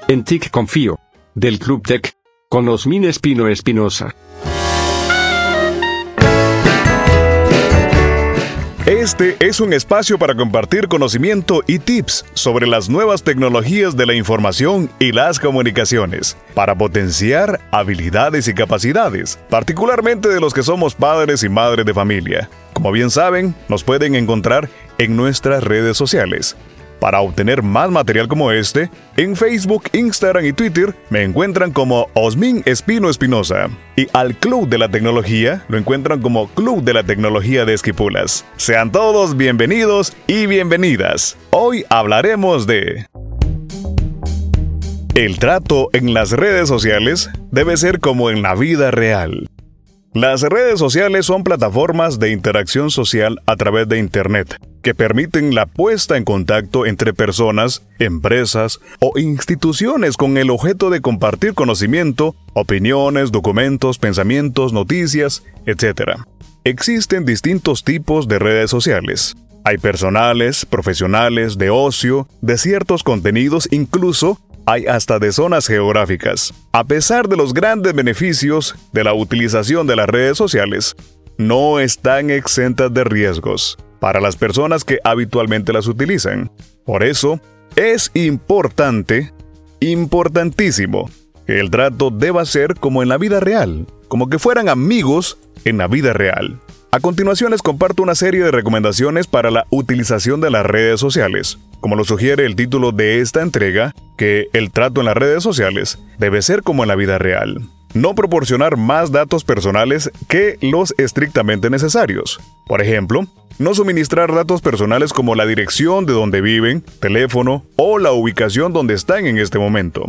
En TIC Confío, del Club TEC, con Osmin Espino Espinosa. Este es un espacio para compartir conocimiento y tips sobre las nuevas tecnologías de la información y las comunicaciones, para potenciar habilidades y capacidades, particularmente de los que somos padres y madres de familia. Como bien saben, nos pueden encontrar en nuestras redes sociales. Para obtener más material como este, en Facebook, Instagram y Twitter me encuentran como Osmin Espino Espinosa. Y al Club de la Tecnología lo encuentran como Club de la Tecnología de Esquipulas. Sean todos bienvenidos y bienvenidas. Hoy hablaremos de... El trato en las redes sociales debe ser como en la vida real. Las redes sociales son plataformas de interacción social a través de Internet, que permiten la puesta en contacto entre personas, empresas o instituciones con el objeto de compartir conocimiento, opiniones, documentos, pensamientos, noticias, etc. Existen distintos tipos de redes sociales. Hay personales, profesionales, de ocio, de ciertos contenidos, incluso hay hasta de zonas geográficas. A pesar de los grandes beneficios de la utilización de las redes sociales, no están exentas de riesgos para las personas que habitualmente las utilizan. Por eso, es importantísimo, que el trato deba ser como en la vida real, como que fueran amigos en la vida real. A continuación les comparto una serie de recomendaciones para la utilización de las redes sociales. Como lo sugiere el título de esta entrega, que el trato en las redes sociales debe ser como en la vida real. No proporcionar más datos personales que los estrictamente necesarios. Por ejemplo, no suministrar datos personales como la dirección de donde viven, teléfono o la ubicación donde están en este momento.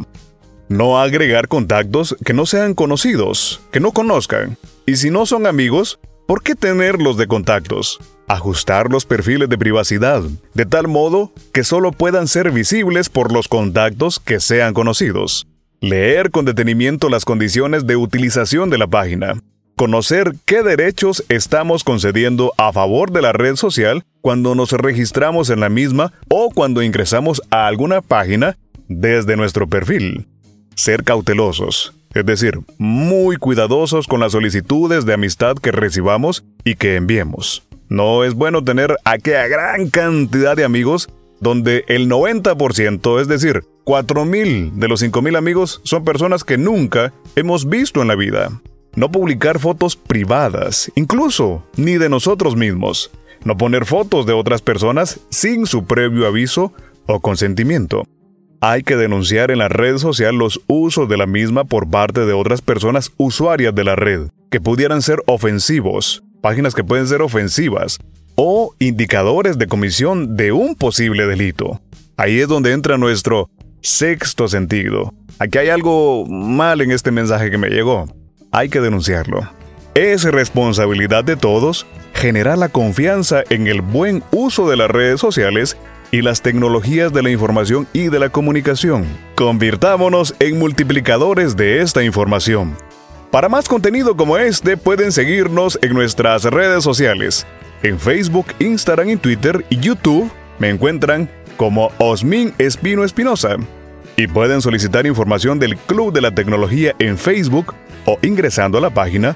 No agregar contactos que no sean conocidos, que no conozcan. Y si no son amigos, ¿por qué tenerlos de contactos? Ajustar los perfiles de privacidad, de tal modo que solo puedan ser visibles por los contactos que sean conocidos. Leer con detenimiento las condiciones de utilización de la página. Conocer qué derechos estamos concediendo a favor de la red social cuando nos registramos en la misma o cuando ingresamos a alguna página desde nuestro perfil. Ser cautelosos, es decir, muy cuidadosos con las solicitudes de amistad que recibamos y que enviemos. No es bueno tener aquella gran cantidad de amigos donde el 90%, es decir, 4,000 de los 5,000 amigos son personas que nunca hemos visto en la vida. No publicar fotos privadas, incluso ni de nosotros mismos. No poner fotos de otras personas sin su previo aviso o consentimiento. Hay que denunciar en la red social los usos de la misma por parte de otras personas usuarias de la red, que pudieran ser ofensivos, páginas que pueden ser ofensivas, o indicadores de comisión de un posible delito. Ahí es donde entra nuestro sexto sentido. Aquí hay algo mal en este mensaje que me llegó. Hay que denunciarlo. Es responsabilidad de todos generar la confianza en el buen uso de las redes sociales y las tecnologías de la información y de la comunicación. Convirtámonos en multiplicadores de esta información. Para más contenido como este, pueden seguirnos en nuestras redes sociales. En Facebook, Instagram y Twitter y YouTube me encuentran como Osmin Espino Espinosa. Y pueden solicitar información del Club de la Tecnología en Facebook o ingresando a la página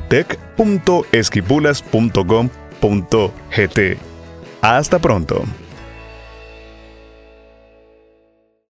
clubtec.esquipulas.com.gt. Hasta pronto.